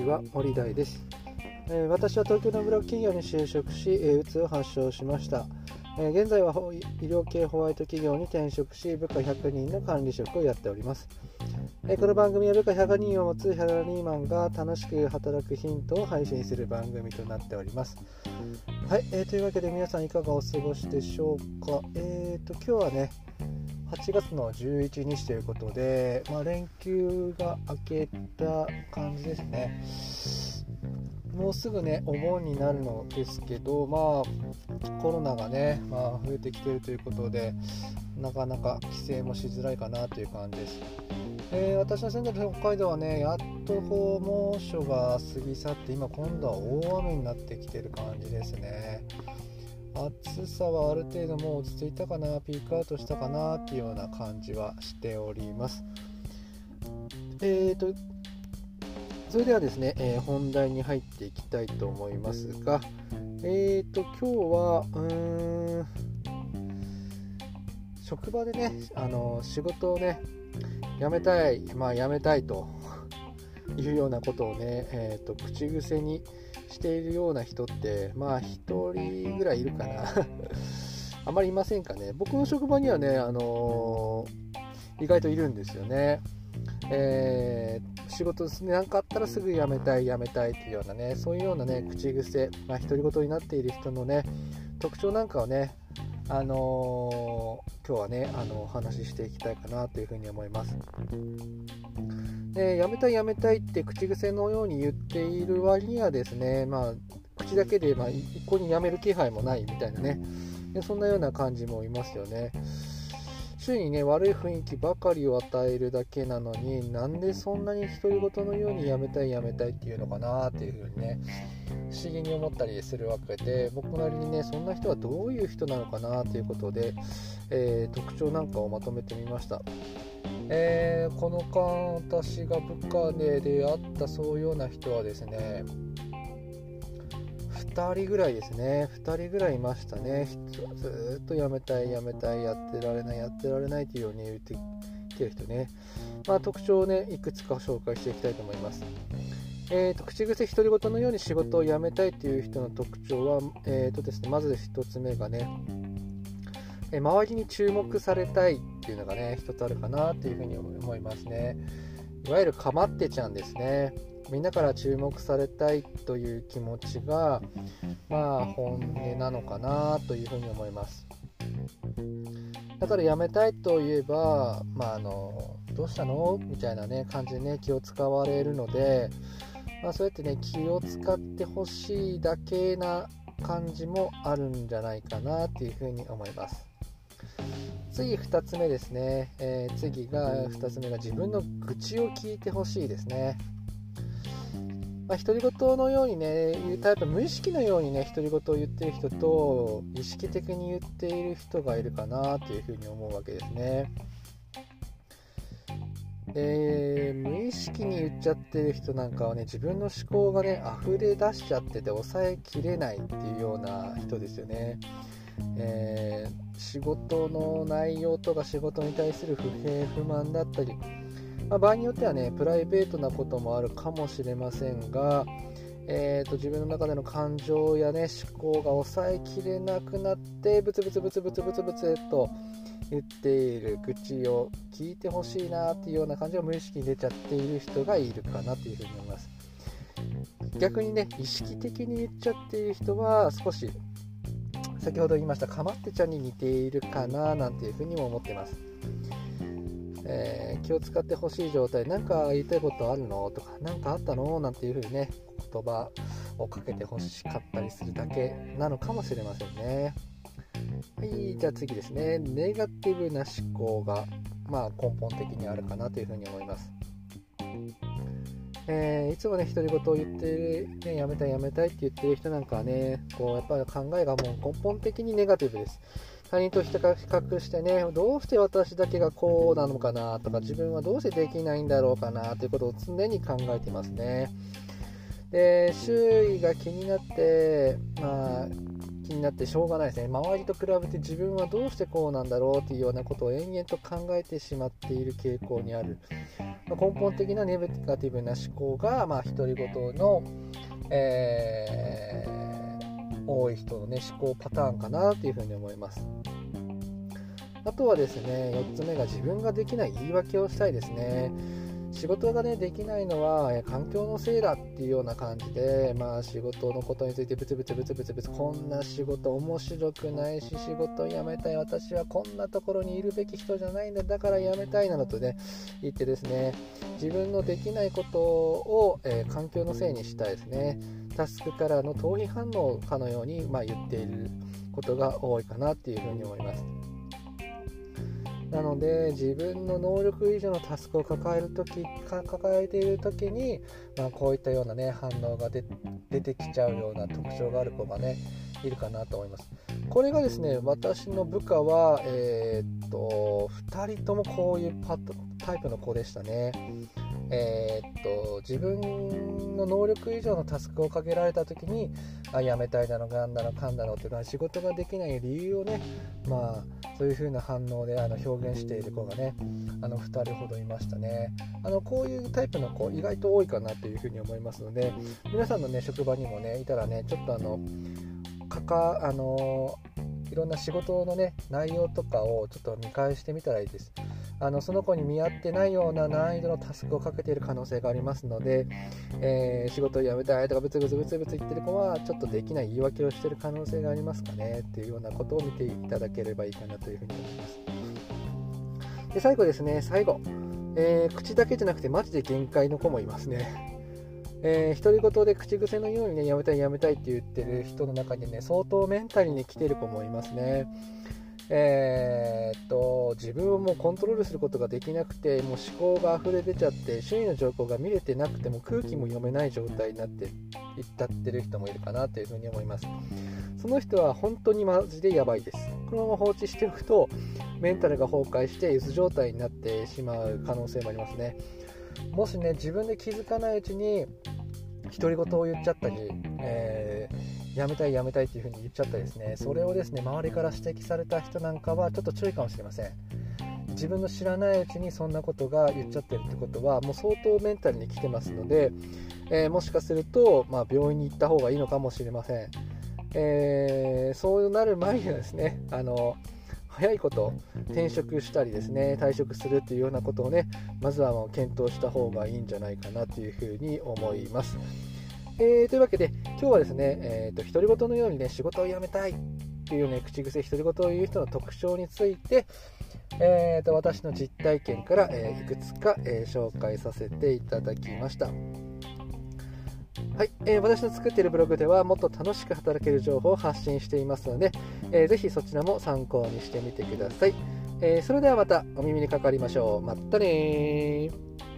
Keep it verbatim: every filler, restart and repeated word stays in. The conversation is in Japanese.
は、森大です。えー、私は東京のブラック企業に就職し、えー、うつを発症しました。えー、現在は医療系ホワイト企業に転職し、部下ひゃくにんの管理職をやっております。えー、この番組は部下ひゃくにんを持つサラリーマンが楽しく働くヒントを配信する番組となっております。はい、えー、というわけで皆さんいかがお過ごしでしょうか。えーと今日はねはちがつのじゅういちにちということで、まあ、連休が明けた感じですね。もうすぐねお盆になるのですけど、まあコロナがね、まあ、増えてきているということで、なかなか帰省もしづらいかなという感じです。えー、私の住んでる北海道はね、やっと猛暑が過ぎ去って、今今度は大雨になってきている感じですね。暑さはある程度もう落ち着いたかな、ピークアウトしたかなっていうような感じはしております。えーとそれではですね、えー、本題に入っていきたいと思いますが、えーと今日はうーん職場でね、あの仕事をね辞めたい、まあ辞めたいというようなことをね、えーと口癖にしているような人ってまあ一人ぐらいいるかなあまりいませんかね。僕の職場にはね、あのー、意外といるんですよね。えー、仕事ですね、なんかあったらすぐ辞めたい辞めたいっていうようなね、そういうようなね口癖、まあ独り言になっている人のね特徴なんかをね、あのー、今日はねあのお話ししていきたいかなというふうに思います。で、やめたいやめたいって口癖のように言っている割にはですね、まあ口だけで、まあ、一向にやめる気配もないみたいなね、でそんなような感じもいますよね。周囲にね悪い雰囲気ばかりを与えるだけなのに、なんでそんなに独り言のようにやめたいやめたいっていうのかなっていうふうにね不思議に思ったりするわけで、僕なりにねそんな人はどういう人なのかなということで、えー、特徴なんかをまとめてみました。えー、この間私が部下で出会ったそういうような人はですねふたりぐらいですねふたりぐらいいましたね。ずっとやめたいやめたい、やってられないやってられないというように言ってきてる人ね、まあ、特徴をねいくつか紹介していきたいと思います。えーと口癖独り言のように仕事を辞めたいという人の特徴は、えーとですね、まずひとつめがね、えー、周りに注目されたいっていうのがね一つあるかなというふうに思いますね。いわゆるかまってちゃんですね。みんなから注目されたいという気持ちがまあ本音なのかなというふうに思います。だから辞めたいといえば、まあ、あのどうしたのみたいなね感じでね気を使われるので、まあ、そうやってね気を使ってほしいだけな感じもあるんじゃないかなというふうに思います。次ふたつめですね、えー、次がふたつめが自分の愚痴を聞いてほしいですね。まあ、独り言のようにね言うタイプ、無意識のようにね独り言を言っている人と意識的に言っている人がいるかなというふうに思うわけですね。で、無意識に言っちゃってる人なんかはね自分の思考がね溢れ出しちゃってて抑えきれないっていうような人ですよね。えー、仕事の内容とか仕事に対する不平不満だったり、まあ、場合によってはねプライベートなこともあるかもしれませんが、えー、と自分の中での感情やね思考が抑えきれなくなってブツブツブツブツブツブツと言っている愚痴を聞いてほしいなっていうような感じが無意識に出ちゃっている人がいるかなというふうに思います。逆にね意識的に言っちゃっている人は少し先ほど言いましたかまってちゃんに似ているかななんていうふうにも思っています。えー、気を使ってほしい状態、なんか言いたいことあるのとか、なんかあったのなんていうふうにね言葉をかけてほしかったりするだけなのかもしれませんね。はい、じゃあ次ですね、ネガティブな思考が、まあ、根本的にあるかなというふうに思います。えー、いつもね独り言を言っている、ね、やめたいやめたいって言ってる人なんかはねこうやっぱり考えがもう根本的にネガティブです。他人と比較してねどうして私だけがこうなのかなとか、自分はどうしてできないんだろうかなということを常に考えていますね。で、周囲が気になって、まあ、気気になってしょうがないですね。周りと比べて自分はどうしてこうなんだろうっていうようなことを延々と考えてしまっている傾向にある、まあ、根本的なネガティブな思考が、まあ、独り言の、えー、多い人の、ね、思考パターンかなというふうに思います。あとはですね、よっつめが自分ができない言い訳をしたいですね。仕事がねできないのは環境のせいだっていうような感じで、まあ仕事のことについてブツブツブツブツブツ、こんな仕事面白くないし仕事辞めたい、私はこんなところにいるべき人じゃないんだ、だから辞めたいなどとね言ってですね、自分のできないことを、えー、環境のせいにしたいですね。タスクからの逃避反応かのように、まあ、言っていることが多いかなっていうふうに思います。なので自分の能力以上のタスクを抱えるときか抱えているときに、まあ、こういったような、ね、反応が出てきちゃうような特徴がある子がねいるかなと思います。これがですね、私の部下は、えー、っとふたりともこういうパタイプの子でしたね。えー、っと自分の能力以上のタスクをかけられた時にあやめたいだのなんだのかんだのっていうのは仕事ができない理由をね、まあそういう風な反応であの表現している子がねあのふたりほどいましたね。あのこういうタイプの子意外と多いかなという風に思いますので、皆さんのね職場にもねいたらねちょっとあのかかあのいろんな仕事のね内容とかをちょっと見返してみたらいいです。あのその子に見合ってないような難易度のタスクをかけている可能性がありますので、えー、仕事を辞めたいとかブツブツブツブツ言ってる子はちょっとできない言い訳をしている可能性がありますかねっていうようなことを見ていただければいいかなというふうに思います。で最後ですね、最後、えー、口だけじゃなくてマジで限界の子もいますね。えー、独り言で口癖のようにねやめたいやめたいって言ってる人の中にね相当メンタルに来てる子もいますね。えー、っと自分をもうコントロールすることができなくて、もう思考が溢れ出ちゃって周囲の状況が見れてなくても空気も読めない状態になっていったってる人もいるかなというふうに思います。その人は本当にマジでやばいです。このまま放置しておくとメンタルが崩壊してうつ状態になってしまう可能性もありますね。もしね自分で気づかないうちに独り言を言っちゃったり、えー、やめたいやめたいっていう風に言っちゃったりですね、それをですね周りから指摘された人なんかはちょっと注意かもしれません。自分の知らないうちにそんなことが言っちゃってるってことはもう相当メンタルに来てますので、えー、もしかすると、まあ、病院に行った方がいいのかもしれません。えー、そうなる前にはですねあの早いこと転職したりですね退職するというようなことをねまずはもう検討した方がいいんじゃないかなというふうに思います。えー、というわけで今日はですね、えーと、独り言のようにね仕事を辞めたいっていうね口癖独り言を言う人の特徴について、えーと、私の実体験から、えー、いくつか、えー、紹介させていただきました。はい、えー、私の作っているブログではもっと楽しく働ける情報を発信していますので、えー、ぜひそちらも参考にしてみてください。えー、それではまたお耳にかかりましょう。またねー。